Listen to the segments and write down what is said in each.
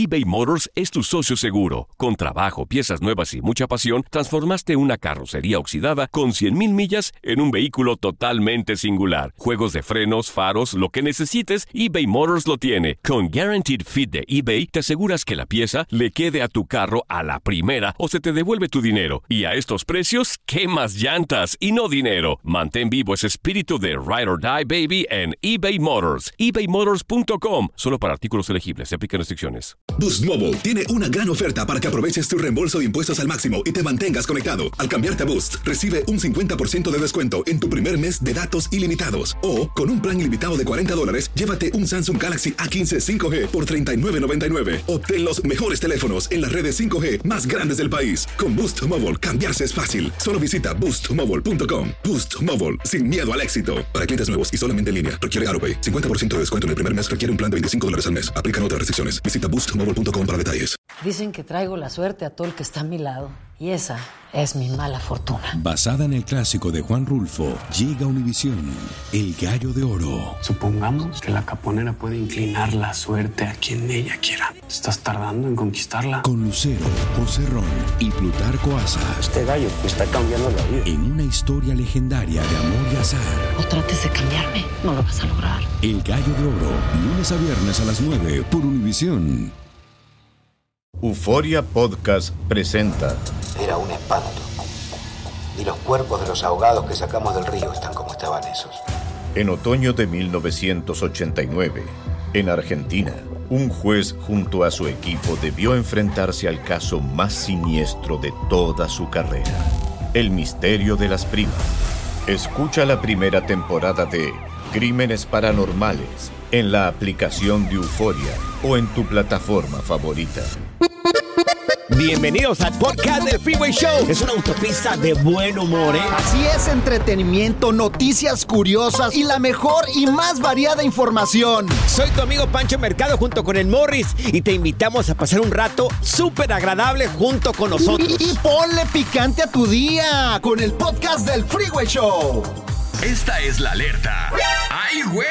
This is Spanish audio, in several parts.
eBay Motors es tu socio seguro. Con trabajo, piezas nuevas y mucha pasión, transformaste una carrocería oxidada con 100,000 millas en un vehículo totalmente singular. Juegos de frenos, faros, lo que necesites, eBay Motors lo tiene. Con Guaranteed Fit de eBay, te aseguras que la pieza le quede a tu carro a la primera o se te devuelve tu dinero. Y a estos precios, ¿qué más llantas y no dinero? Mantén vivo ese espíritu de Ride or Die, baby, en eBay Motors. ebaymotors.com. Solo para artículos elegibles. Se aplican restricciones. Boost Mobile tiene una gran oferta para que aproveches tu reembolso de impuestos al máximo y te mantengas conectado. Al cambiarte a Boost, recibe un 50% de descuento en tu primer mes de datos ilimitados. O, con un plan ilimitado de $40, llévate un Samsung Galaxy A15 5G por $39.99. Obtén los mejores teléfonos en las redes 5G más grandes del país. Con Boost Mobile, cambiarse es fácil. Solo visita boostmobile.com. Boost Mobile, sin miedo al éxito. Para clientes nuevos y solamente en línea, requiere AutoPay. 50% de descuento en el primer mes requiere un plan de $25 al mes. Aplican otras restricciones. Visita boostmobile.com para detalles. Dicen que traigo la suerte a todo el que está a mi lado. Y esa es mi mala fortuna. Basada en el clásico de Juan Rulfo, llega Univisión, El Gallo de Oro. Supongamos que la caponera puede inclinar la suerte a quien ella quiera. ¿Estás tardando en conquistarla? Con Lucero, José Ron y Plutarco Asa. Este gallo me está cambiando la vida. En una historia legendaria de amor y azar. No trates de cambiarme, no lo vas a lograr. El Gallo de Oro, lunes a viernes a las 9 por Univisión. Euforia Podcast presenta. Era un espanto. Y los cuerpos de los ahogados que sacamos del río están como estaban esos. En otoño de 1989, en Argentina, un juez junto a su equipo debió enfrentarse al caso más siniestro de toda su carrera: el misterio de las primas. Escucha la primera temporada de Crímenes Paranormales en la aplicación de Euforia o en tu plataforma favorita. Bienvenidos al podcast del Freeway Show. Es una autopista de buen humor, ¿eh? Así es, entretenimiento, noticias curiosas y la mejor y más variada información. Soy tu amigo Pancho Mercado junto con el Morris y te invitamos a pasar un rato súper agradable junto con nosotros. Y ponle picante a tu día con el podcast del Freeway Show. Esta es la alerta. ¡Ay, güey!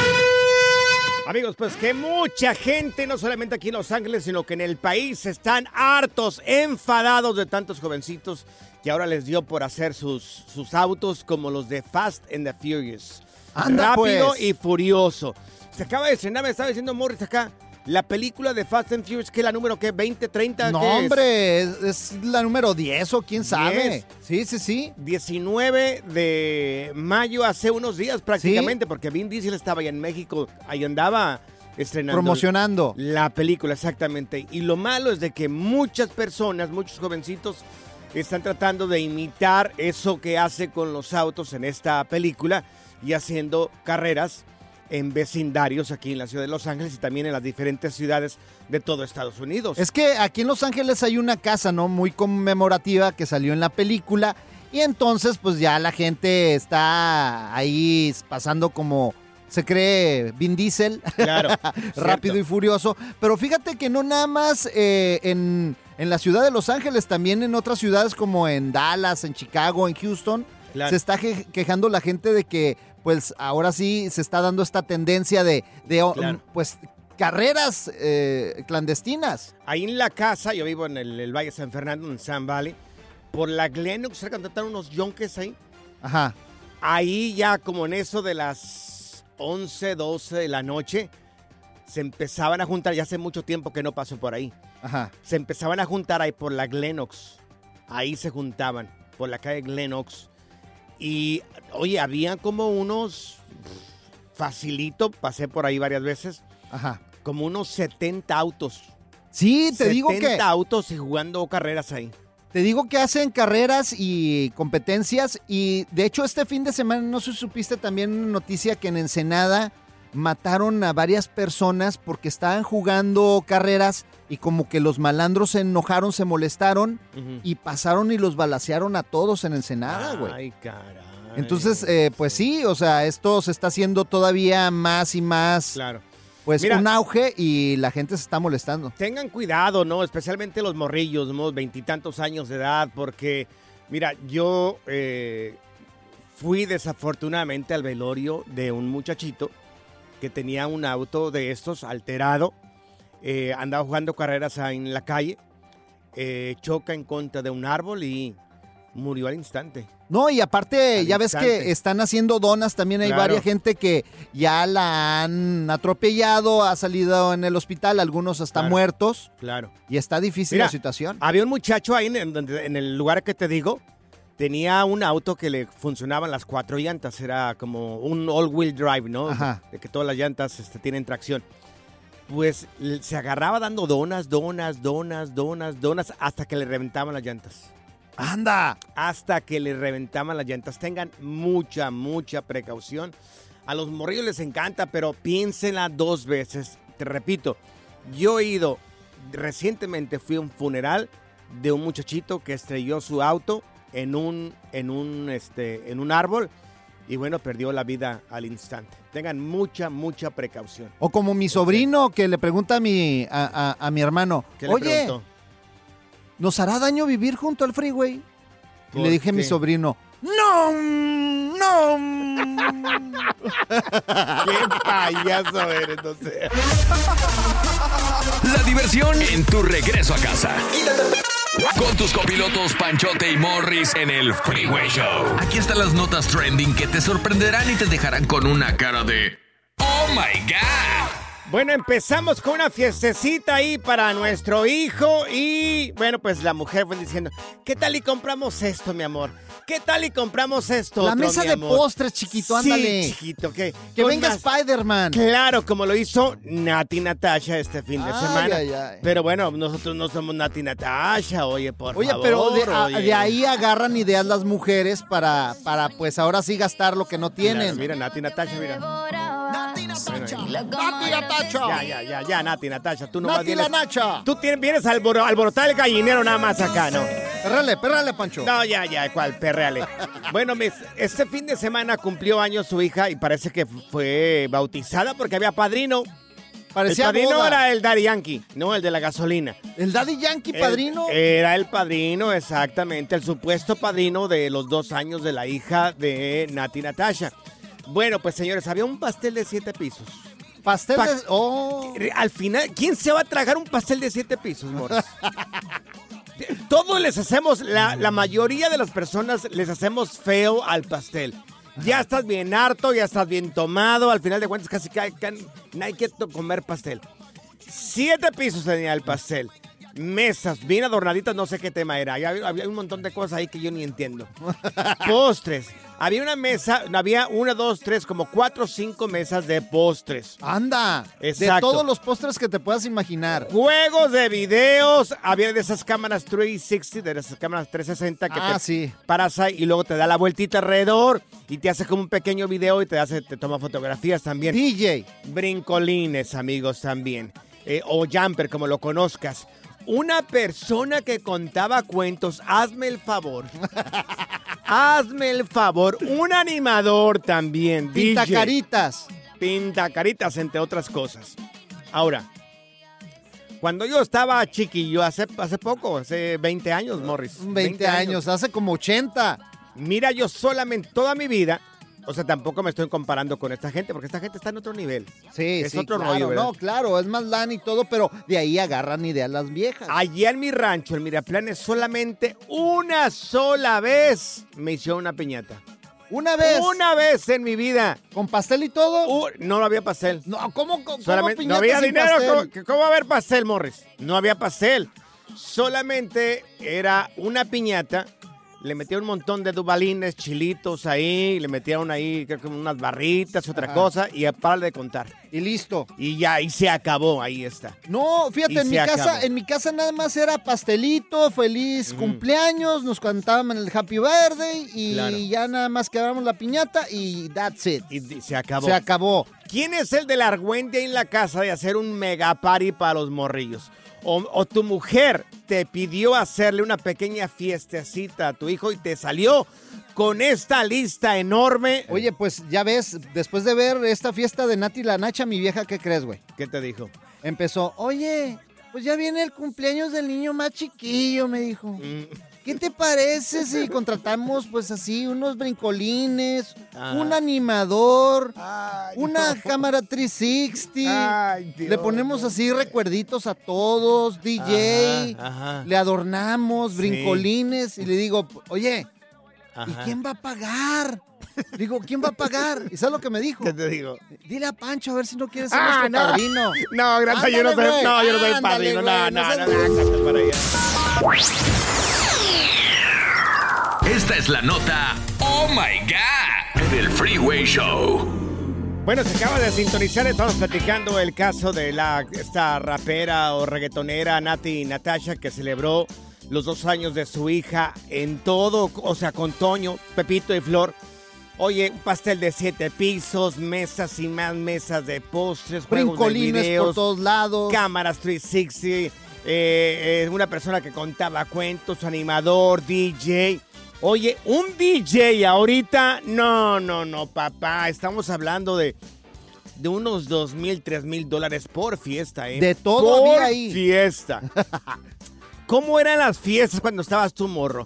Amigos, pues que mucha gente, no solamente aquí en Los Ángeles, sino que en el país, están hartos, enfadados de tantos jovencitos que ahora les dio por hacer sus autos como los de Fast and the Furious. Anda, Rápido pues. y furioso. Se acaba de estrenar, me estaba diciendo Morris acá, la película de Fast and Furious, que es la número, ¿qué? ¿20, 30? No, ¿qué hombre, es la número 10 o quién sabe. Sí. 19 de mayo, hace unos días prácticamente, porque Vin Diesel estaba allá en México, ahí andaba estrenando. Promocionando. La película, exactamente. Y lo malo es de que muchas personas, muchos jovencitos, están tratando de imitar eso que hace con los autos en esta película y haciendo carreras en vecindarios aquí en la ciudad de Los Ángeles y también en las diferentes ciudades de todo Estados Unidos. Es que aquí en Los Ángeles hay una casa, ¿no? Muy conmemorativa que salió en la película y entonces pues ya la gente está ahí pasando como se cree Vin Diesel. Claro. Rápido y furioso. Pero fíjate que no nada más en la ciudad de Los Ángeles, también en otras ciudades como en Dallas, en Chicago, en Houston, Claro. se está quejando la gente de que pues ahora sí se está dando esta tendencia de Claro. pues carreras clandestinas. Ahí en la casa, yo vivo en el Valle de San Fernando, en Sun Valley, por la Glenox, se contrataron unos yonques ahí. Ajá. Ahí ya como en eso de las 11, 12 de la noche, se empezaban a juntar, ya hace mucho tiempo que no paso por ahí. Ajá. Se empezaban a juntar ahí por la Glenox. Ahí se juntaban, por la calle Glenox. Y, oye, había como unos, facilito, pasé por ahí varias veces, Ajá. como unos 70 autos. Sí, te digo que 70 autos y jugando carreras ahí. Te digo que hacen carreras y competencias y de hecho este fin de semana, no sé si supiste también una noticia que en Ensenada mataron a varias personas porque estaban jugando carreras y como que los malandros se enojaron, se molestaron y pasaron y los balacearon a todos en Ensenada, güey. Ay, caray. Entonces, pues sí, o sea, esto se está haciendo todavía más y más, Claro. pues Mira, un auge y la gente se está molestando. Tengan cuidado, ¿no? Especialmente los morrillos, ¿no? 20 y tantos años de edad, porque, mira, yo fui desafortunadamente al velorio de un muchachito que tenía un auto de estos alterado andaba jugando carreras en la calle, choca en contra de un árbol y murió al instante. No, y aparte, ya ves instante. que están haciendo donas, también hay Claro. varias gente que ya la han atropellado, ha salido en el hospital, algunos están Claro. muertos, Claro. y está difícil Mira, la situación. Había un muchacho ahí en el lugar que te digo, tenía un auto que le funcionaban las 4 llantas, era como un all-wheel drive, ¿no? Ajá. De que todas las llantas tienen tracción. Pues se agarraba dando donas, hasta que le reventaban las llantas. ¡Anda! Hasta que le reventaban las llantas. Tengan mucha precaución. A los morrillos les encanta, pero piénsenla 2 veces. Te repito, yo he ido, recientemente fui a un funeral de un muchachito que estrelló su auto en un árbol y bueno, perdió la vida al instante. Tengan mucha precaución. O como mi sobrino que le pregunta a mi hermano, ¿Qué le oye, preguntó? ¿nos hará daño vivir junto al freeway? Y ¿Por le dije a mi qué? sobrino, ¡Qué payaso eres! No sé. La diversión en tu regreso a casa. Con tus copilotos Panchote y Morris en el Freeway Show. Aquí están las notas trending que te sorprenderán y te dejarán con una cara de ¡Oh, my God! Bueno, empezamos con una fiestecita ahí para nuestro hijo y, bueno, pues la mujer fue diciendo, ¿qué tal y compramos esto, mi amor? ¿Qué tal y compramos esto? La otro, mesa mi de amor? postres, chiquito, ándale. Sí, chiquito, que venga Spider-Man. Claro, como lo hizo Nati Natasha este fin de Ay, semana. ay, ay. Pero bueno, nosotros no somos Nati Natasha, oye, por Oye, favor. pero oye. de ahí agarran ideas las mujeres para pues ahora sí gastar lo que no tienen. Mira, Nati Natasha, mira. Nati Natasha. Ya, Nati Natasha, tú no Nati la Nacha. Tú vienes a alborotar el gallinero nada más acá, ¿no? Perrale, Pancho. No, ya, ¿cuál? Perreale. Bueno, este fin de semana cumplió años su hija y parece que fue bautizada porque había padrino. Parecía el padrino boda. era el Daddy Yankee, no el de la gasolina. ¿El Daddy Yankee padrino? Era el padrino, exactamente, el supuesto padrino de los 2 años de la hija de Nati Natasha. Bueno, pues señores, había un pastel de 7 pisos. Pastel de... Oh. Al final, ¿quién se va a tragar un pastel de 7 pisos, Morris? Todos les hacemos, la mayoría de las personas les hacemos feo al pastel. Ya estás bien harto, ya estás bien tomado, al final de cuentas casi no hay que comer pastel. 7 pisos tenía el pastel. Mesas bien adornaditas, no sé qué tema era. Había un montón de cosas ahí que yo ni entiendo. Postres. Había una mesa, había 1, 2, 3, como 4 o 5 mesas de postres. Anda. Exacto. De todos los postres que te puedas imaginar. Juegos de videos. Había de esas cámaras 360, de esas cámaras 360 que sí. paras ahí y luego te da la vueltita alrededor y te hace como un pequeño video y te toma fotografías también. DJ. Brincolines, amigos, también. O jumper, como lo conozcas. Una persona que contaba cuentos, hazme el favor. Hazme el favor. Un animador también. Pintacaritas. Pintacaritas, entre otras cosas. Ahora, cuando yo estaba chiquillo, hace poco, hace 20 años, Morris. 20 años, hace como 80. Mira, yo solamente, toda mi vida, o sea, tampoco me estoy comparando con esta gente, porque esta gente está en otro nivel. Sí, es sí, otro claro, rollo, ¿verdad? no, claro, es más lana y todo, pero de ahí agarran ideas las viejas. Allá en mi rancho, en Miraplanes, solamente una sola vez me hicieron una piñata. ¿Una vez? Una vez en mi vida. ¿Con pastel y todo? No había pastel. No, ¿cómo Solamente, no piñata había sin dinero. pastel? ¿Cómo va a haber pastel, Morris? No había pastel. Solamente era una piñata. Le metieron un montón de dubalines, chilitos ahí. Le metieron ahí, creo que unas barritas, otra cosa. Y para de contar. Y listo. Y ya, y se acabó. Ahí está. No, fíjate, Y en se mi casa nada más era pastelito, feliz cumpleaños, nos cantaban el Happy Birthday y Claro. ya nada más quedábamos la piñata y that's it. Y se acabó. Se acabó. ¿Quién es el del argüente ahí en la casa de hacer un mega party para los morrillos? O tu mujer te pidió hacerle una pequeña fiestecita a tu hijo y te salió con esta lista enorme. Oye, pues ya ves, después de ver esta fiesta de Nati la Nacha, mi vieja, ¿qué crees, güey? ¿Qué te dijo? Empezó, oye, pues ya viene el cumpleaños del niño más chiquillo, me dijo. ¿qué te parece si contratamos pues así unos brincolines, un animador, una cámara 360? Ay, le ponemos así recuerditos a todos, DJ, le adornamos brincolines y le digo, oye, ¿y quién va a pagar? Digo, ¿quién va a pagar? ¿Y sabes lo que me dijo? ¿Qué te digo? Dile a Pancho a ver si no quiere ser nuestro padrino. No, gracias, ándale, yo no soy padrino. No, para allá. Esta es la nota Oh My God del Freeway Show. Bueno, se acaba de sintonizar, estamos platicando el caso de esta rapera o reggaetonera Nati Natasha, que celebró los 2 años de su hija en todo, o sea, con Toño, Pepito y Flor. Oye, un pastel de 7 pisos, mesas y más mesas de postres, brincolines juegos de videos, por todos lados, cámaras 360, una persona que contaba cuentos, animador, DJ. Oye, un DJ ahorita, no, papá, estamos hablando de unos $2,000, $3,000 por fiesta, ¿eh? De todo por había ahí. Fiesta. ¿Cómo eran las fiestas cuando estabas tú, morro?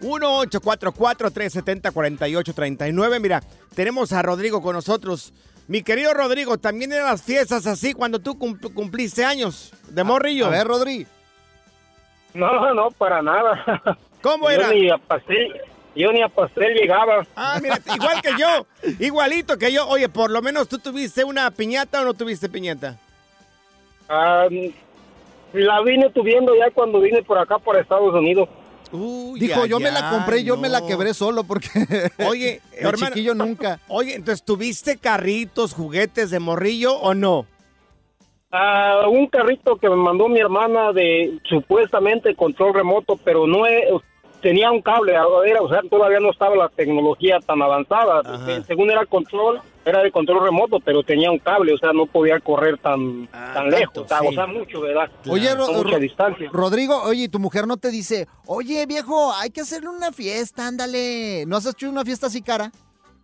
1-844-370-4839. Mira, tenemos a Rodrigo con nosotros. Mi querido Rodrigo, ¿también eran las fiestas así cuando tú cumpliste años de morrillo? A ver, Rodri. No, para nada. ¿Cómo era? Yo ni a pastel llegaba. Ah, mira, igual que yo, igualito que yo. Oye, por lo menos, ¿tú tuviste una piñata o no tuviste piñata? La vine tuviendo ya cuando vine por acá, por Estados Unidos. Dijo, yo me la compré, yo me la quebré solo porque oye, hermano, chiquillo nunca. Oye, entonces, ¿tuviste carritos, juguetes de morrillo o no? Un carrito que me mandó mi hermana de supuestamente control remoto, pero no tenía un cable, o sea, todavía no estaba la tecnología tan avanzada. Según era de control remoto, pero tenía un cable, o sea, no podía correr tan lejos, sí. O sea, mucho, ¿verdad? Oye, mucha distancia. Rodrigo, oye, tu mujer no te dice, oye, viejo, hay que hacerle una fiesta, ándale. ¿No has hecho una fiesta así cara?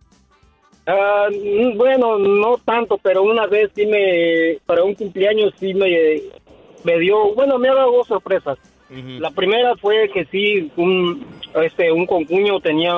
Bueno, no tanto, pero una vez para un cumpleaños sí me dio, bueno, me ha dado 2 sorpresas. La primera fue que sí, un concuño tiene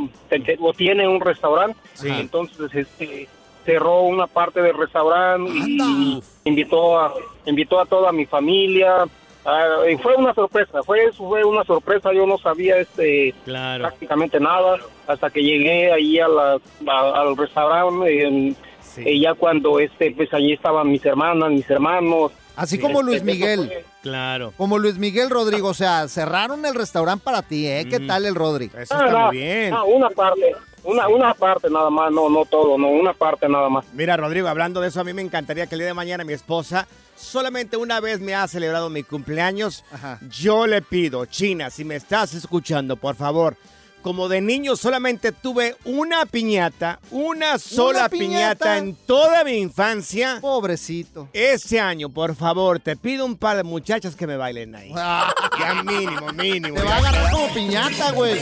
un restaurante, entonces cerró una parte del restaurante y invitó a toda mi familia. Y fue una sorpresa, fue una sorpresa. Yo no sabía prácticamente nada hasta que llegué ahí al restaurante. Y ya cuando pues allí estaban mis hermanas, mis hermanos. Así como Luis Miguel. Claro. Como Luis Miguel, Rodrigo. O sea, cerraron el restaurante para ti, ¿eh? ¿Qué tal el Rodrigo? Eso está muy bien. Una parte nada más, no todo, una parte nada más. Mira, Rodrigo, hablando de eso, a mí me encantaría que el día de mañana mi esposa solamente una vez me ha celebrado mi cumpleaños. Yo le pido, China, si me estás escuchando, por favor, como de niño solamente tuve una piñata, una sola piñata en toda mi infancia. Pobrecito. Este año, por favor, te pido un par de muchachas que me bailen ahí. Ya mínimo. Te va a agarrar como piñata, güey.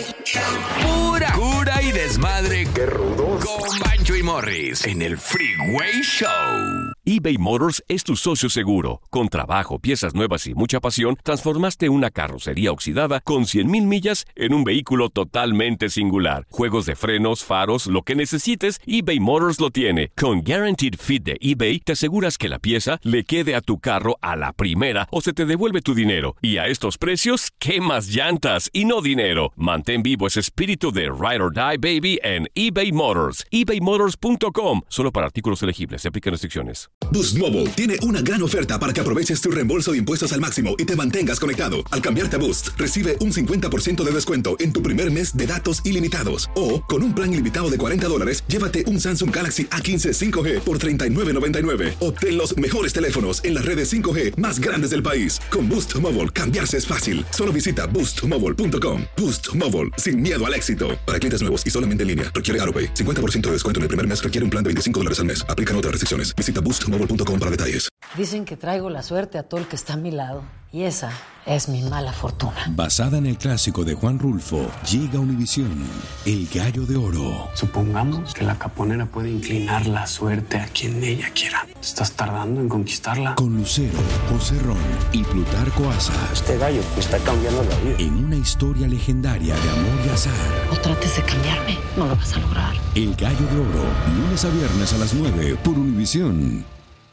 Pura cura y desmadre. ¡Qué rudos! Con Bancho y Morris en el Freeway Show. eBay Motors es tu socio seguro. Con trabajo, piezas nuevas y mucha pasión, transformaste una carrocería oxidada con 100,000 millas en un vehículo totalmente singular. Juegos de frenos, faros, lo que necesites, eBay Motors lo tiene. Con Guaranteed Fit de eBay, te aseguras que la pieza le quede a tu carro a la primera o se te devuelve tu dinero. Y a estos precios, ¿quemas llantas y no dinero? Mantén vivo ese espíritu de Ride or Die, baby, en eBay Motors. ebaymotors.com. Solo para artículos elegibles. Se aplican restricciones. Boost Mobile tiene una gran oferta para que aproveches tu reembolso de impuestos al máximo y te mantengas conectado. Al cambiarte a Boost, recibe un 50% de descuento en tu primer mes de datos ilimitados. O, con un plan ilimitado de $40, llévate un Samsung Galaxy A15 5G por $39.99. Obtén los mejores teléfonos en las redes 5G más grandes del país. Con Boost Mobile, cambiarse es fácil. Solo visita boostmobile.com. Boost Mobile, sin miedo al éxito. Para clientes nuevos y solamente en línea, requiere AutoPay. 50% de descuento en el primer mes requiere un plan de $25 al mes. Aplican otras restricciones. Visita boostmobile.com para detalles. Dicen que traigo la suerte a todo el que está a mi lado. Y esa es mi mala fortuna. Basada en el clásico de Juan Rulfo, llega a Univisión, El Gallo de Oro. Supongamos que la caponera puede inclinar la suerte a quien ella quiera. ¿Estás tardando en conquistarla? Con Lucero, José Ron y Plutarco Asa. Este gallo me está cambiando la vida. En una historia legendaria de amor y azar. No trates de cambiarme, no lo vas a lograr. El Gallo de Oro, lunes a viernes a las 9 por Univisión.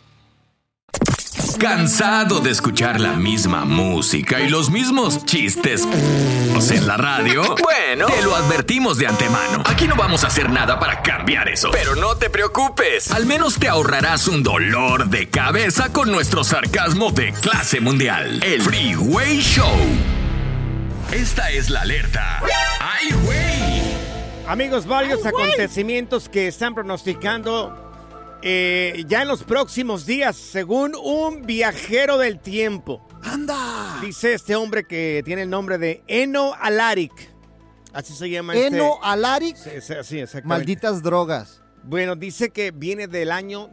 ¿Cansado de escuchar la misma música y los mismos chistes en la radio? Bueno, te lo advertimos de antemano. Aquí no vamos a hacer nada para cambiar eso. Pero no te preocupes. Al menos te ahorrarás un dolor de cabeza con nuestro sarcasmo de clase mundial. El Freeway Show. Esta es la alerta. ¡Ay, güey! Amigos, varios acontecimientos que están pronosticando ya en los próximos días, según un viajero del tiempo. ¡Anda! Dice este hombre que tiene el nombre de Eno Alaric. Así se llama ¿Eno Alaric? Sí, exactamente. Malditas drogas. Bueno, dice que viene del año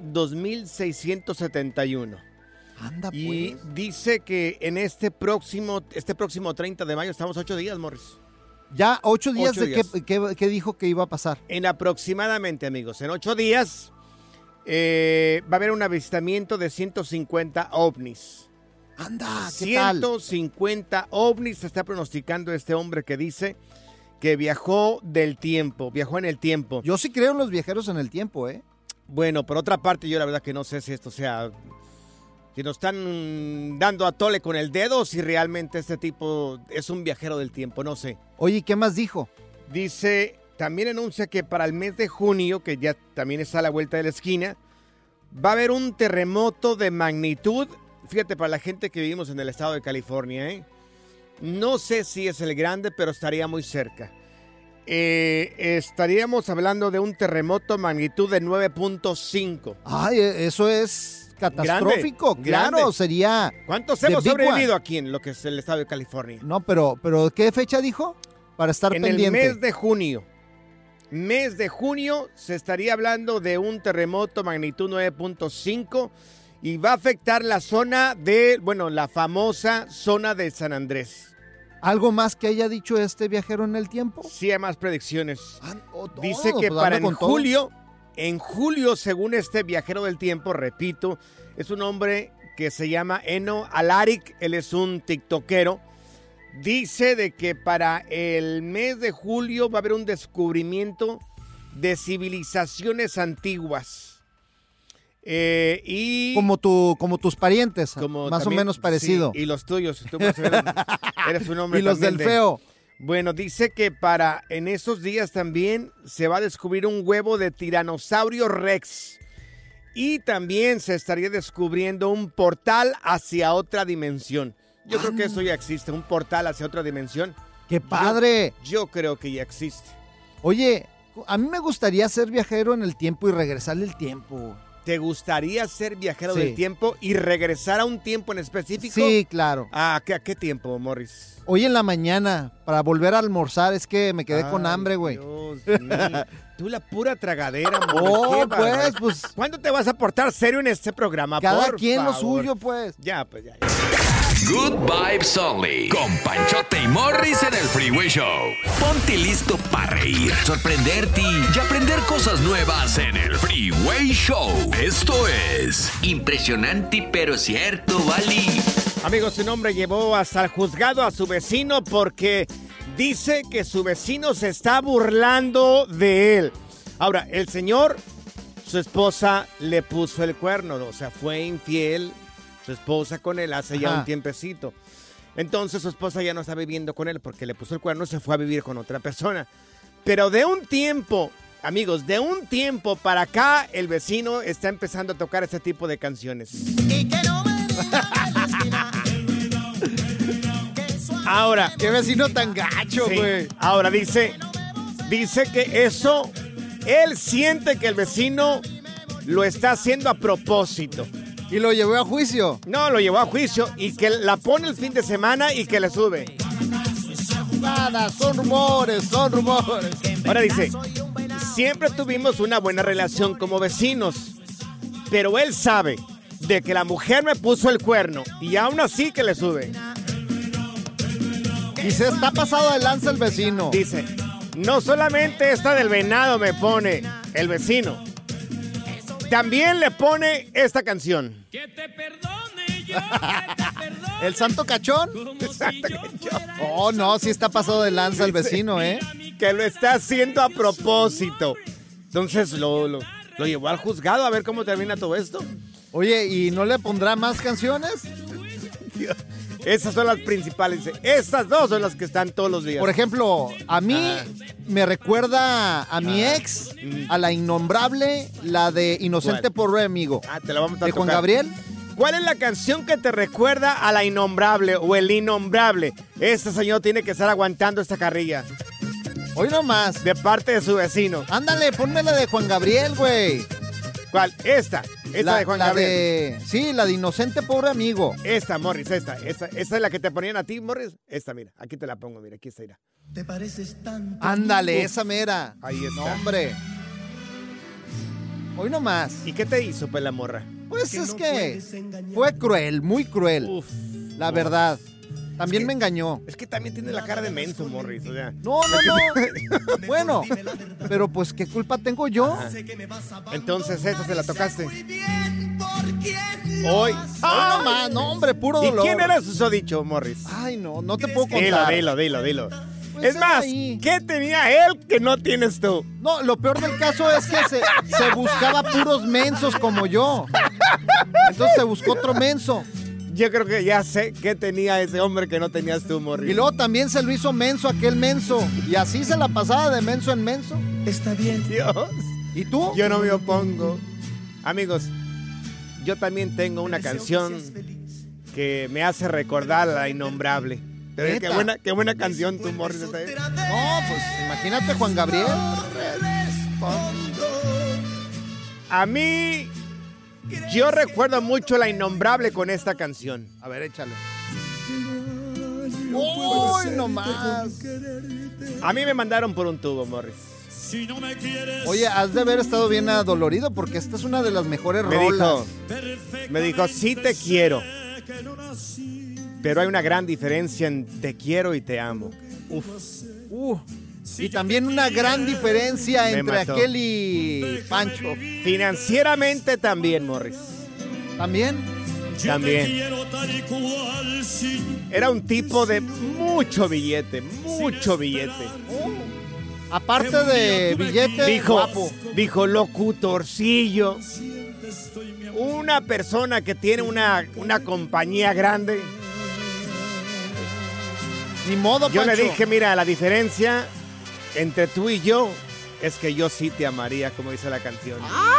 2671. Anda, pues. Y dice que en este próximo 30 de mayo, estamos 8 días, Morris. Ya 8 días 8 de días. ¿qué dijo que iba a pasar? En aproximadamente, amigos, en 8 días va a haber un avistamiento de 150 ovnis. Anda, ¿qué tal? 150 ovnis se está pronosticando este hombre que dice que viajó en el tiempo. Yo sí creo en los viajeros en el tiempo, ¿eh? Bueno, por otra parte, yo la verdad que no sé si esto sea... Si nos están dando a tole con el dedo o si realmente este tipo es un viajero del tiempo, no sé. Oye, ¿qué más dijo? Dice... También anuncia que para el mes de junio, que ya también está a la vuelta de la esquina, va a haber un terremoto de magnitud. Fíjate, para la gente que vivimos en el estado de California, no sé si es el grande, pero estaría muy cerca. Estaríamos hablando de un terremoto magnitud de 9.5. Ay, eso es catastrófico, grande. Claro, sería... ¿Cuántos hemos sobrevivido aquí en lo que es el estado de California? No, pero ¿qué fecha dijo? Para estar pendiente. En el mes de junio. Mes de junio se estaría hablando de un terremoto magnitud 9.5 y va a afectar la zona la famosa zona de San Andrés. ¿Algo más que haya dicho este viajero en el tiempo? Sí, hay más predicciones. Dice que para en julio, según este viajero del tiempo, repito, es un hombre que se llama Eno Alaric, él es un tiktokero. Dice de que para el mes de julio va a haber un descubrimiento de civilizaciones antiguas. Y como tus parientes, más o menos parecido. Sí, y los tuyos, tú más o menos eres un hombre. Y los del feo. Bueno, dice que en esos días también se va a descubrir un huevo de tiranosaurio Rex. Y también se estaría descubriendo un portal hacia otra dimensión. Yo creo que eso ya existe, un portal hacia otra dimensión. ¡Qué padre! Yo creo que ya existe. Oye, a mí me gustaría ser viajero en el tiempo y regresarle el tiempo. ¿Te gustaría ser viajero del tiempo y regresar a un tiempo en específico? Sí, claro. ¿A qué tiempo, Morris? Hoy en la mañana, para volver a almorzar, es que me quedé con hambre, güey. Dios mío. Tú la pura tragadera, Morris. pues. ¿Cuándo te vas a portar serio en este programa, Cada por quien favor? lo suyo, pues. Ya. Good Vibes Only. Con Panchote y Morris en el Freeway Show. Ponte listo para reír, sorprenderte y aprender cosas nuevas en el Freeway Show. Esto es impresionante pero cierto, ¿vale? Amigos, un hombre llevó hasta el juzgado a su vecino porque dice que su vecino se está burlando de él. Ahora, el señor, su esposa le puso el cuerno, o sea, fue infiel su esposa con él hace ya un tiempecito. Entonces su esposa ya no está viviendo con él porque le puso el cuerno y se fue a vivir con otra persona. Pero de un tiempo, amigos, de un tiempo para acá, el vecino está empezando a tocar este tipo de canciones. Y que no Ahora, qué vecino tan gacho, güey. Ahora dice que eso, él siente que el vecino lo está haciendo a propósito. ¿Y lo llevó a juicio? No, lo llevó a juicio y que la pone el fin de semana y que le sube. Nada, son rumores. Ahora dice, siempre tuvimos una buena relación como vecinos, pero él sabe de que la mujer me puso el cuerno y aún así que le sube. Y se está pasado de lanza el vecino. Dice, no solamente esta del venado me pone el vecino, también le pone esta canción. Que te perdone yo, que te perdone. ¿El santo cachón? El santo cachón. Oh, no, sí está pasado de lanza el vecino, ¿eh? Que lo está haciendo a propósito. Entonces lo llevó al juzgado a ver cómo termina todo esto. Oye, ¿y no le pondrá más canciones? Dios. Esas son las principales. Estas dos son las que están todos los días. Por ejemplo, a mí me recuerda a mi ex, a la innombrable, la de Inocente por amigo. Te la vamos a ¿De tocar. Juan Gabriel? ¿Cuál es la canción que te recuerda a la innombrable o el innombrable? Este señor tiene que estar aguantando esta carrilla. Hoy nomás. De parte de su vecino. Ándale, ponme la de Juan Gabriel, güey. ¿Cuál? Esta de Juan Gabriel. Sí, la de Inocente Pobre Amigo. Esta, Morris, esta es la que te ponían a ti, Morris. Esta, mira, aquí te la pongo, mira, aquí está, mira. ¿Te pareces tanto? Ándale, esa mera. Ahí está. No, hombre. Hoy nomás. ¿Y qué te hizo, pues, la morra? Pues es que fue cruel, muy cruel. Uf, la verdad. También me engañó. Es que también tiene la cara de menso, Morris, o sea. No. Bueno, pero pues, ¿qué culpa tengo yo? Ajá. Entonces, esa se la tocaste. Hoy. No, hombre, puro dolor. ¿Y quién era su dicho, Morris? Ay, no te puedo contar. Dilo. Pues es más, ¿qué tenía él que no tienes tú? No, lo peor del caso es que se buscaba puros mensos como yo. Entonces se buscó otro menso. Yo creo que ya sé qué tenía ese hombre que no tenías tú, Morris. Y luego también se lo hizo menso aquel menso. Y así se la pasaba de menso en menso. Está bien. Dios. ¿Y tú? Yo no me opongo. Amigos, yo también tengo una canción que me hace recordar a la innombrable. Pero qué buena canción tú, Morris. No, pues imagínate Juan Gabriel. A mí, yo recuerdo mucho la innombrable con esta canción. A ver, échale. ¡Uy, no más! A mí me mandaron por un tubo, Morris. Oye, has de haber estado bien adolorido porque esta es una de las mejores rolas. Me dijo, sí te quiero. Pero hay una gran diferencia en te quiero y te amo. Y también una gran diferencia entre aquel y Pancho. Financieramente también, Morris. ¿También? También. Era un tipo de mucho billete. Aparte de billete, guapo. Dijo locutorcillo. Una persona que tiene una compañía grande. Ni modo, Yo Pancho. le dije, mira, la diferencia entre tú y yo es que yo sí te amaría, como dice la canción.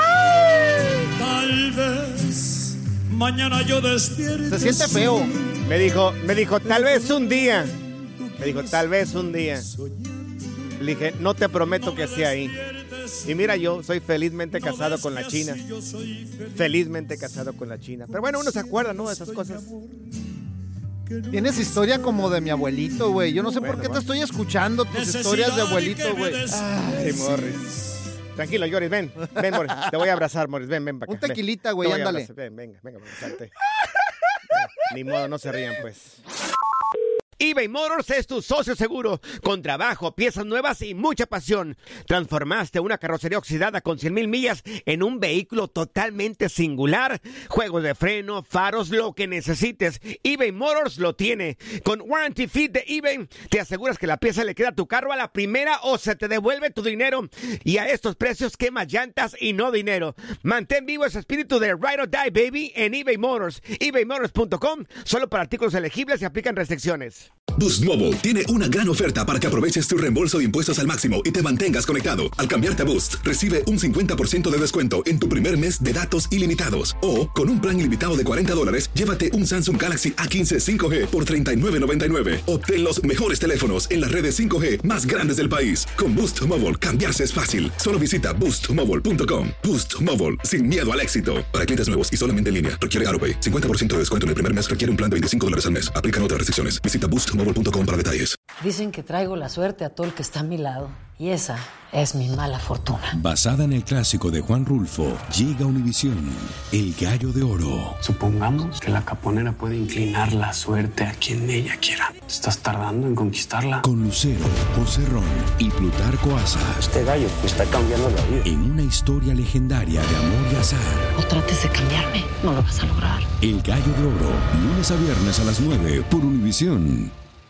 Tal vez mañana yo despierte. Se siente feo. Me dijo, tal vez un día. Me dijo, tal vez un día. Le dije, no te prometo que sea ahí. Y mira, yo soy felizmente casado con la China. Felizmente casado con la China. Pero bueno, uno se acuerda, ¿no? De esas cosas. Tienes historia como de mi abuelito, güey. Yo no sé por qué te estoy escuchando tus historias de abuelito, güey. Ay, Morris. Tranquilo, Joris, ven, Morris. Te voy a abrazar, Morris. Ven para acá. Un tequilita, güey, ándale. Venga, abrazarte. Ni modo, no se rían, pues. eBay Motors es tu socio seguro, con trabajo, piezas nuevas y mucha pasión. Transformaste una carrocería oxidada con 100,000 millas en un vehículo totalmente singular. Juegos de freno, faros, lo que necesites, eBay Motors lo tiene. Con Warranty Fit de eBay, te aseguras que la pieza le queda a tu carro a la primera o se te devuelve tu dinero. Y a estos precios, quema llantas y no dinero. Mantén vivo ese espíritu de Ride or Die, baby, en eBay Motors. ebaymotors.com, solo para artículos elegibles y aplican restricciones. Boost Mobile tiene una gran oferta para que aproveches tu reembolso de impuestos al máximo y te mantengas conectado. Al cambiarte a Boost, recibe un 50% de descuento en tu primer mes de datos ilimitados. O, con un plan ilimitado de $40, llévate un Samsung Galaxy A15 5G por $39.99. Obtén los mejores teléfonos en las redes 5G más grandes del país. Con Boost Mobile, cambiarse es fácil. Solo visita boostmobile.com. Boost Mobile, sin miedo al éxito. Para clientes nuevos y solamente en línea, requiere AutoPay. 50% de descuento en el primer mes requiere un plan de $25 al mes. Aplican otras restricciones. Visita boostmobile.com para detalles. Dicen que traigo la suerte a todo el que está a mi lado. Y esa es mi mala fortuna. Basada en el clásico de Juan Rulfo, llega a Univisión, El Gallo de Oro. Supongamos que la caponera puede inclinar la suerte a quien ella quiera. ¿Estás tardando en conquistarla? Con Lucero, José Ron y Plutarco Asa. Este gallo me está cambiando la vida. En una historia legendaria de amor y azar. No trates de cambiarme, no lo vas a lograr. El Gallo de Oro, lunes a viernes a las 9 por Univisión.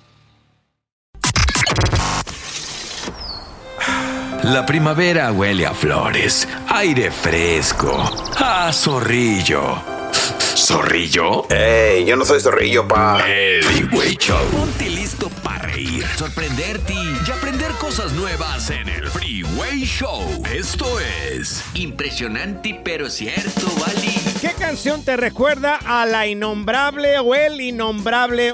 La primavera huele a flores, aire fresco, a zorrillo. ¿Zorrillo? ¡Ey! Yo no soy zorrillo, pa. El Freeway Show. Ponte listo para reír, sorprenderte y aprender cosas nuevas en el Freeway Show. Esto es impresionante pero cierto, ¿vale? ¿Qué canción te recuerda a la innombrable o el innombrable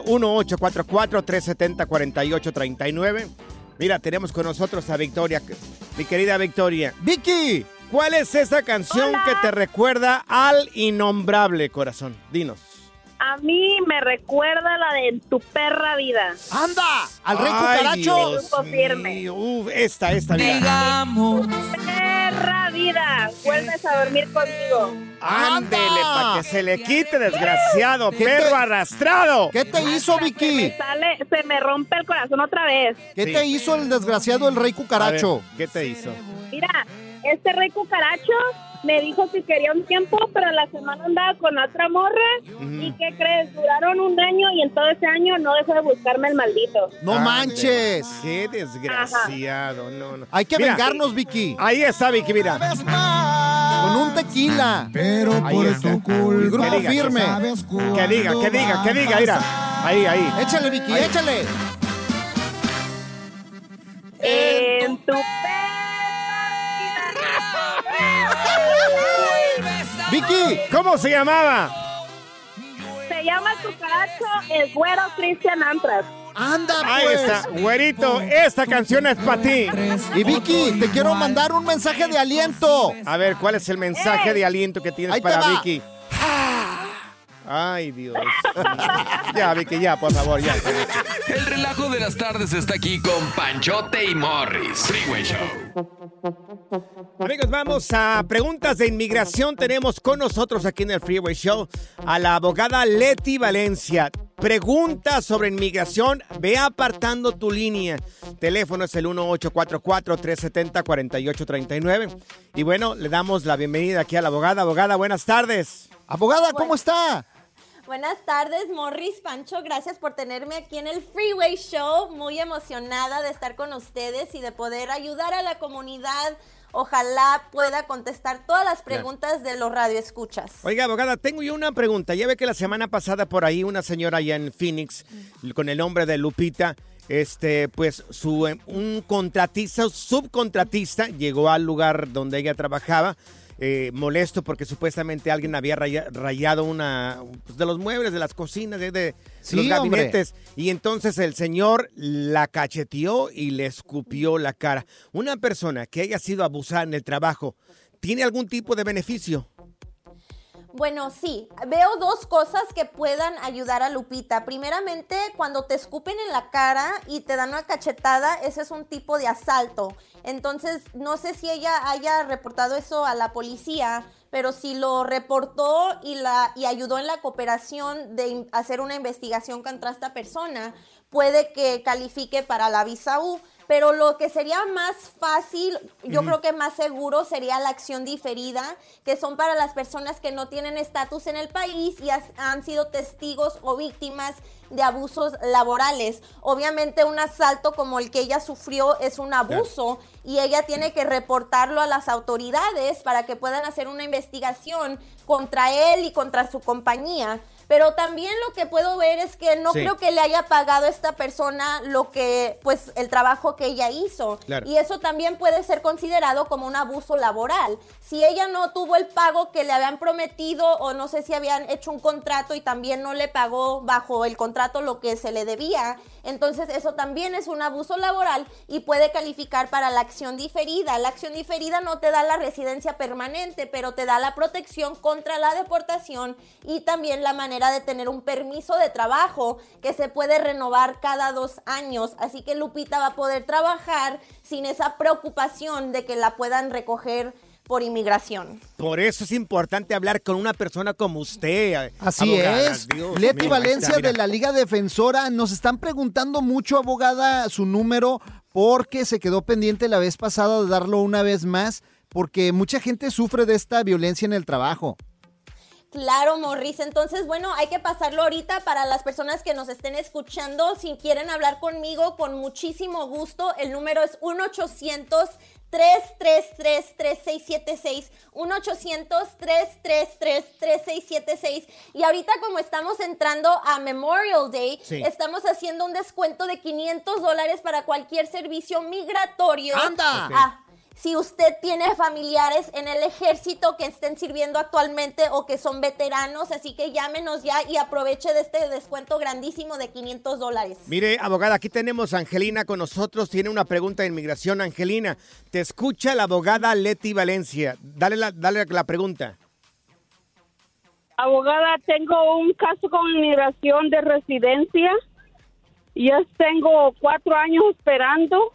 1844-370-4839? Mira, tenemos con nosotros a Victoria, mi querida Victoria. ¡Vicky! ¿Cuál es esa canción que te recuerda al innombrable, corazón? Dinos. A mí me recuerda la de En tu perra vida. ¡Anda! ¡Al Rey Cucaracho! Esta, mira. Digamos. Perra vida, vuelves a dormir conmigo. Ándele, para que se le quite, desgraciado, perro arrastrado. ¿Qué te hizo, Vicky? Se me rompe el corazón otra vez. ¿Qué te hizo el desgraciado el Rey Cucaracho? Ver, ¿qué te hizo? Mira, este Rey Cucaracho me dijo que quería un tiempo, pero a la semana andaba con otra morra. ¿Y qué crees? Duraron un año y en todo ese año no dejó de buscarme el maldito. ¡No manches! ¡Qué desgraciado! No. Hay que vengarnos, Vicky. Ahí está, Vicky, mira. Con un tequila. Pero por tu culpa. El grupo firme. Que diga, mira. Ahí. Échale, Vicky, échale. En tu Vicky, ¿cómo se llamaba? Se llama el cucaracho el güero Cristian Antras. ¡Anda, pues! Ahí está, güerito, esta canción es para ti. Y Vicky, te quiero mandar un mensaje de aliento. A ver, ¿cuál es el mensaje de aliento que tienes para Vicky? Ay, Dios. Ya, Vicky, ya, por favor, ya. El relajo de las tardes está aquí con Panchote y Morris. Freeway Show. Amigos, vamos a preguntas de inmigración. Tenemos con nosotros aquí en el Freeway Show a la abogada Leti Valencia. Preguntas sobre inmigración, ve apartando tu línea. Teléfono es el 1844-370-4839. Y bueno, le damos la bienvenida aquí a la abogada. Abogada, buenas tardes. Abogada, ¿cómo está? Buenas tardes, Morris, Pancho. Gracias por tenerme aquí en el Freeway Show. Muy emocionada de estar con ustedes y de poder ayudar a la comunidad. Ojalá pueda contestar todas las preguntas de los radioescuchas. Oiga, abogada, tengo yo una pregunta. Ya ve que la semana pasada por ahí una señora allá en Phoenix, con el nombre de Lupita, pues un subcontratista llegó al lugar donde ella trabajaba, molesto porque supuestamente alguien había rayado pues, de los muebles, de las cocinas, de los gabinetes. Hombre. Y entonces el señor la cacheteó y le escupió la cara. Una persona que haya sido abusada en el trabajo, ¿tiene algún tipo de beneficio? Bueno, sí. Veo dos cosas que puedan ayudar a Lupita. Primeramente, cuando te escupen en la cara y te dan una cachetada, ese es un tipo de asalto. Entonces, no sé si ella haya reportado eso a la policía, pero si lo reportó y ayudó en la cooperación de hacer una investigación contra esta persona, puede que califique para la visa U. Pero lo que sería más fácil, yo creo que más seguro, sería la acción diferida, que son para las personas que no tienen estatus en el país y han sido testigos o víctimas de abusos laborales. Obviamente un asalto como el que ella sufrió es un abuso y ella tiene que reportarlo a las autoridades para que puedan hacer una investigación contra él y contra su compañía. Pero también lo que puedo ver es que no creo que le haya pagado a esta persona el trabajo que ella hizo. Claro. Y eso también puede ser considerado como un abuso laboral. Si ella no tuvo el pago que le habían prometido o no sé si habían hecho un contrato y también no le pagó bajo el contrato lo que se le debía, entonces eso también es un abuso laboral y puede calificar para la acción diferida. La acción diferida no te da la residencia permanente, pero te da la protección contra la deportación y también la manera manera de tener un permiso de trabajo que se puede renovar cada 2 años. Así que Lupita va a poder trabajar sin esa preocupación de que la puedan recoger por inmigración. Por eso es importante hablar con una persona como usted. Así abogada. es. Dios, Leti mira, Valencia mira. de la Liga Defensora. Nos están preguntando mucho, abogada, su número, porque se quedó pendiente la vez pasada de darlo una vez más, porque mucha gente sufre de esta violencia en el trabajo. Claro, Morris. Entonces, bueno, hay que pasarlo ahorita para las personas que nos estén escuchando. Si quieren hablar conmigo, con muchísimo gusto, el número es 1-800-333-3676, 1-800-333-3676. Y ahorita, como estamos entrando a Memorial Day, estamos haciendo un descuento de $500 para cualquier servicio migratorio. ¡Anda! Si usted tiene familiares en el ejército que estén sirviendo actualmente o que son veteranos, así que llámenos ya y aproveche de este descuento grandísimo de $500. Mire, abogada, aquí tenemos a Angelina con nosotros. Tiene una pregunta de inmigración. Angelina, te escucha la abogada Leti Valencia. Dale la pregunta. Abogada, tengo un caso con inmigración de residencia. Ya tengo 4 años esperando.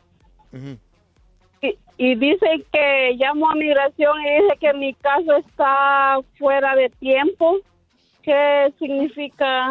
Y dice que llamo a migración y dice que mi caso está fuera de tiempo. ¿Qué significa?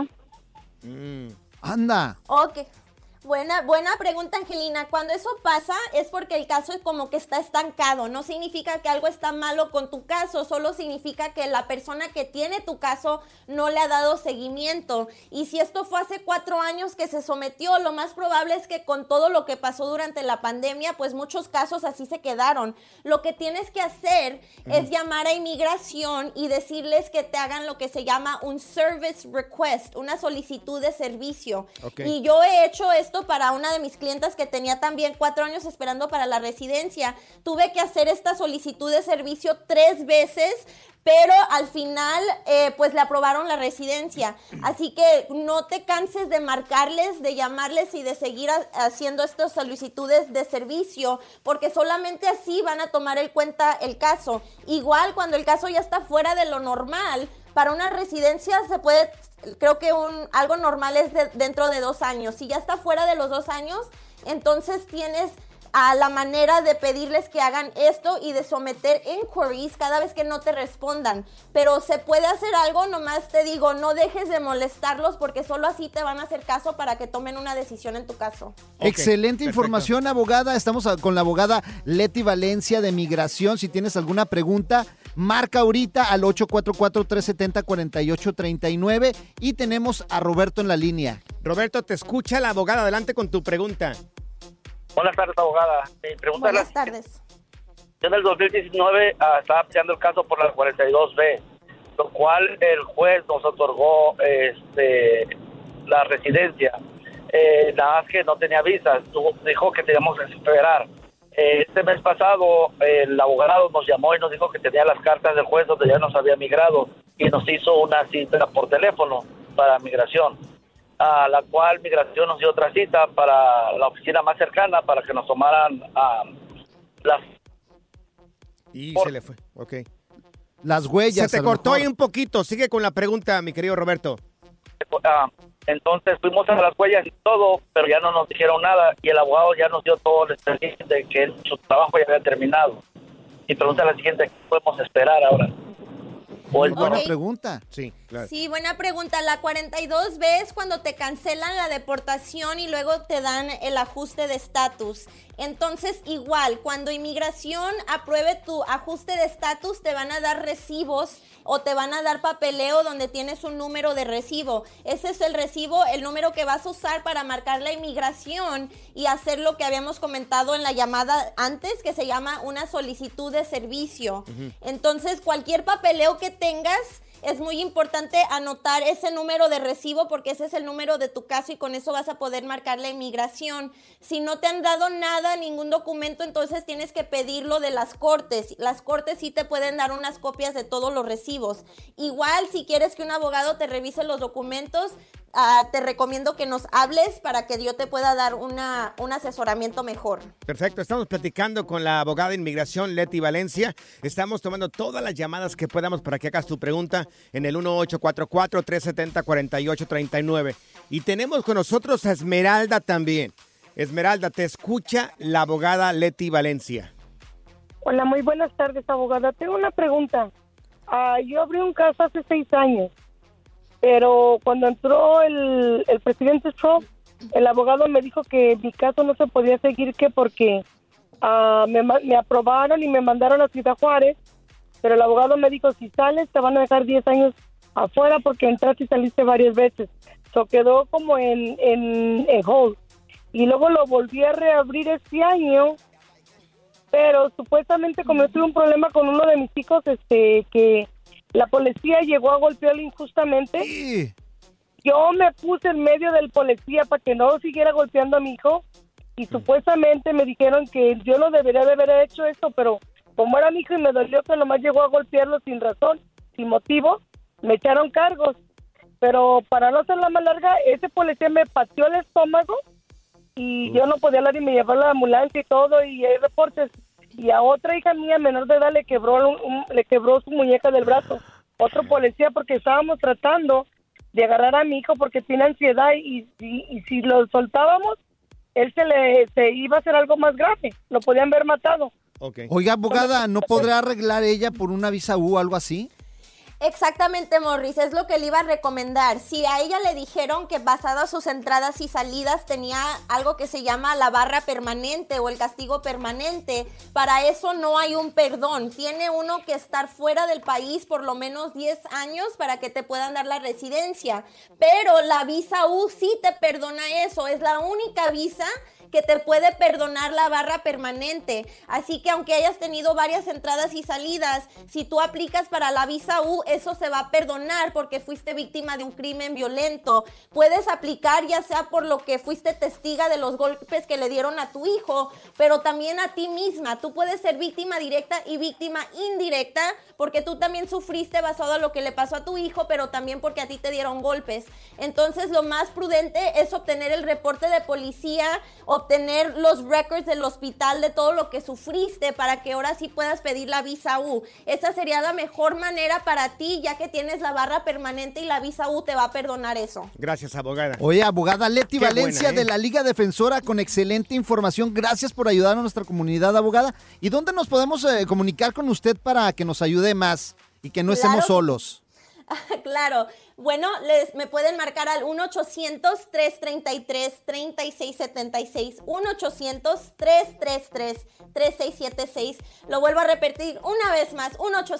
Anda. Ok. Buena pregunta, Angelina. Cuando eso pasa es porque el caso es como que está estancado. No significa que algo está malo con tu caso, solo significa que la persona que tiene tu caso no le ha dado seguimiento. Y si esto fue hace 4 años que se sometió, lo más probable es que con todo lo que pasó durante la pandemia, pues muchos casos así se quedaron. Lo que tienes que hacer es llamar a inmigración y decirles que te hagan lo que se llama un service request, una solicitud de servicio. Y yo he hecho esto para una de mis clientas que tenía también 4 años esperando para la residencia. Tuve que hacer esta solicitud de servicio 3 veces, pero al final pues le aprobaron la residencia. Así que no te canses de marcarles, de llamarles y de seguir haciendo estas solicitudes de servicio, porque solamente así van a tomar en cuenta el caso. Igual cuando el caso ya está fuera de lo normal, para una residencia se puede, creo que algo normal es dentro de 2 años. Si ya está fuera de los 2 años, entonces tienes la manera de pedirles que hagan esto y de someter inquiries cada vez que no te respondan. Pero se puede hacer algo, nomás te digo, no dejes de molestarlos porque solo así te van a hacer caso para que tomen una decisión en tu caso. Excelente información, abogada. Estamos con la abogada Leti Valencia de Migración. Si tienes alguna pregunta, marca ahorita al 844-370-4839 y tenemos a Roberto en la línea. Roberto, te escucha la abogada. Adelante con tu pregunta. Buenas tardes, abogada. Mi pregunta Buenas tardes. Yo en el 2019 estaba peleando el caso por la 42B, lo cual el juez nos otorgó la residencia. Nada más que no tenía visas, dijo que teníamos que esperar. Este mes pasado el abogado nos llamó y nos dijo que tenía las cartas del juez donde ya nos había migrado y nos hizo una cita por teléfono para migración, a la cual migración nos dio otra cita para la oficina más cercana para que nos tomaran las... Y se le fue, ok. Las huellas. Se te cortó ahí un poquito. Sigue con la pregunta, mi querido Roberto. Entonces fuimos a las huellas y todo, pero ya no nos dijeron nada y el abogado ya nos dio todo el expediente de que su trabajo ya había terminado. Y pregunta la siguiente, ¿qué podemos esperar ahora? Buena pregunta. Sí, claro. Sí, buena pregunta. La 42B es cuando te cancelan la deportación y luego te dan el ajuste de estatus. Entonces, igual, cuando inmigración apruebe tu ajuste de estatus, te van a dar recibos o te van a dar papeleo donde tienes un número de recibo. Ese es el recibo, el número que vas a usar para marcar la inmigración y hacer lo que habíamos comentado en la llamada antes, que se llama una solicitud de servicio. Entonces, cualquier papeleo que tengas, es muy importante anotar ese número de recibo porque ese es el número de tu caso y con eso vas a poder marcar la inmigración. Si no te han dado nada, ningún documento, entonces tienes que pedirlo de las cortes. Las cortes sí te pueden dar unas copias de todos los recibos. Igual, si quieres que un abogado te revise los documentos, te recomiendo que nos hables para que yo te pueda dar un asesoramiento mejor. Perfecto, estamos platicando con la abogada de inmigración Leti Valencia. Estamos tomando todas las llamadas que podamos para que hagas tu pregunta en el 1844-370-4839. Y tenemos con nosotros a Esmeralda también. Esmeralda, te escucha la abogada Leti Valencia. Hola, muy buenas tardes, abogada. Tengo una pregunta. Yo abrí un caso hace 6 años, pero cuando entró el presidente Trump, el abogado me dijo que mi caso no se podía seguir porque me aprobaron y me mandaron a Ciudad Juárez, pero el abogado me dijo, si sales te van a dejar 10 años afuera porque entraste y saliste varias veces. So quedó como en hold. Y luego lo volví a reabrir este año, pero supuestamente como yo tuve un problema con uno de mis hijos, que la policía llegó a golpearlo injustamente. Sí. Yo me puse en medio del policía para que no siguiera golpeando a mi hijo y supuestamente me dijeron que yo no debería de haber hecho esto, pero como era mi hijo y me dolió que nomás llegó a golpearlo sin razón, sin motivo, me echaron cargos. Pero para no hacerla más larga, ese policía me pateó el estómago y yo no podía hablar y me llevaron a la ambulancia y todo, y hay reportes. Y a otra hija mía menor de edad le quebró su muñeca del brazo. Otro policía, porque estábamos tratando de agarrar a mi hijo porque tiene ansiedad y si lo soltábamos, él se iba a hacer algo más grave. Lo podían haber matado. Okay. Oiga, abogada, ¿no podrá arreglar ella por una visa U o algo así? Exactamente, Morris, es lo que le iba a recomendar. Si a ella le dijeron que basado a sus entradas y salidas tenía algo que se llama la barra permanente o el castigo permanente, para eso no hay un perdón. Tiene uno que estar fuera del país por lo menos 10 años para que te puedan dar la residencia. Pero la visa U sí te perdona eso, es la única visa que te puede perdonar la barra permanente. Así que aunque hayas tenido varias entradas y salidas, si tú aplicas para la visa U, eso se va a perdonar porque fuiste víctima de un crimen violento. Puedes aplicar ya sea por lo que fuiste testiga de los golpes que le dieron a tu hijo, pero también a ti misma. Tú puedes ser víctima directa y víctima indirecta porque tú también sufriste basado a lo que le pasó a tu hijo, pero también porque a ti te dieron golpes. Entonces lo más prudente es obtener el reporte de policía, obtener los records del hospital de todo lo que sufriste para que ahora sí puedas pedir la visa U. Esa sería la mejor manera para ti, ya que tienes la barra permanente y la visa U te va a perdonar eso. Gracias, abogada. Oye, abogada Leti Valencia de la Liga Defensora con excelente información. Gracias por ayudar a nuestra comunidad, abogada. ¿Y dónde nos podemos comunicar con usted para que nos ayude más y que no estemos solos? Claro. Bueno, me pueden marcar al 1-800-333-3676, 1-800-333-3676. Lo vuelvo a repetir una vez más,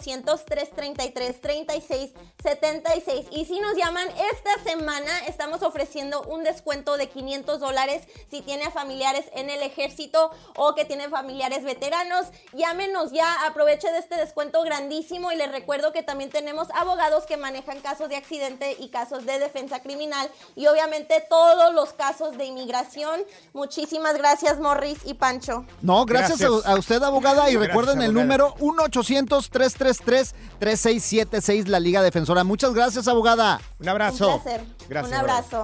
1-800-333-3676. Y si nos llaman esta semana, estamos ofreciendo un descuento de $500 si tiene familiares en el ejército o que tiene familiares veteranos. Llámenos ya, aproveche de este descuento grandísimo y les recuerdo que también tenemos abogados que manejan casos de accidente y casos de defensa criminal y obviamente todos los casos de inmigración. Muchísimas gracias, Morris y Pancho. No, gracias. A usted, abogada, y recuerden el número 1-800-333-3676, la Liga Defensora. Muchas gracias, abogada. Un abrazo. Un placer. Gracias. Un abrazo.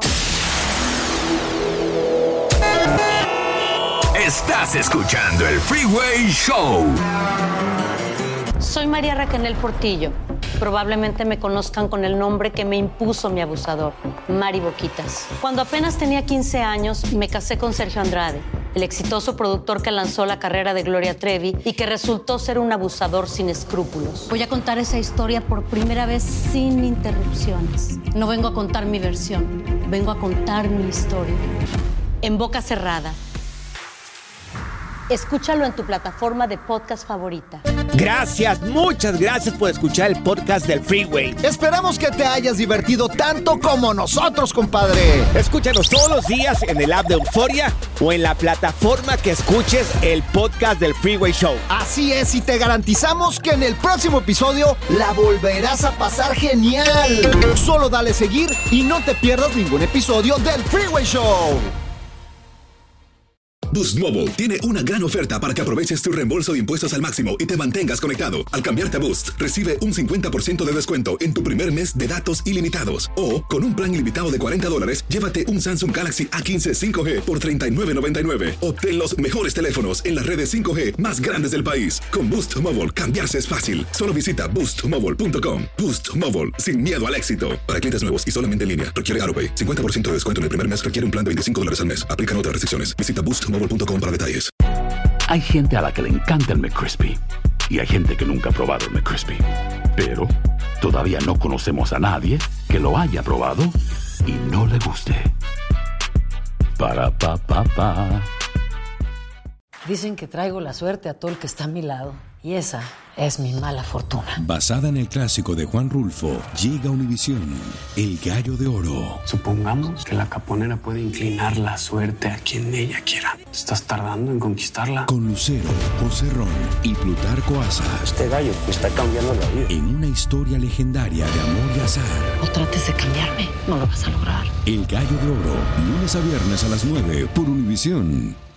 Estás escuchando el Freeway Show. Soy María Raquel Portillo. Probablemente me conozcan con el nombre que me impuso mi abusador, Mari Boquitas. Cuando apenas tenía 15 años, me casé con Sergio Andrade, el exitoso productor que lanzó la carrera de Gloria Trevi y que resultó ser un abusador sin escrúpulos. Voy a contar esa historia por primera vez sin interrupciones. No vengo a contar mi versión, vengo a contar mi historia. En boca cerrada. Escúchalo en tu plataforma de podcast favorita. Gracias, muchas gracias por escuchar el podcast del Freeway. Esperamos que te hayas divertido tanto como nosotros, compadre. Escúchanos todos los días en el app de Euforia o en la plataforma que escuches el podcast del Freeway Show. Así es, y te garantizamos que en el próximo episodio la volverás a pasar genial. Solo dale seguir y no te pierdas ningún episodio del Freeway Show. Boost Mobile tiene una gran oferta para que aproveches tu reembolso de impuestos al máximo y te mantengas conectado. Al cambiarte a Boost, recibe un 50% de descuento en tu primer mes de datos ilimitados. O, con un plan ilimitado de $40, llévate un Samsung Galaxy A15 5G por $39.99. Obtén los mejores teléfonos en las redes 5G más grandes del país. Con Boost Mobile, cambiarse es fácil. Solo visita boostmobile.com. Boost Mobile, sin miedo al éxito. Para clientes nuevos y solamente en línea, requiere AutoPay. 50% de descuento en el primer mes requiere un plan de $25 al mes. Aplican otras restricciones. Visita boostmobile.com para detalles. Hay gente a la que le encanta el McCrispy y hay gente que nunca ha probado el McCrispy. Pero todavía no conocemos a nadie que lo haya probado y no le guste. Para pa pa pa. Dicen que traigo la suerte a todo el que está a mi lado. Y esa es mi mala fortuna. Basada en el clásico de Juan Rulfo, llega Univisión, El Gallo de Oro. Supongamos que la caponera puede inclinar la suerte a quien ella quiera. ¿Estás tardando en conquistarla? Con Lucero, José Ron y Plutarco Asa. Este gallo me está cambiando la vida. En una historia legendaria de amor y azar. No trates de cambiarme, no lo vas a lograr. El Gallo de Oro, lunes a viernes a las 9 por Univisión.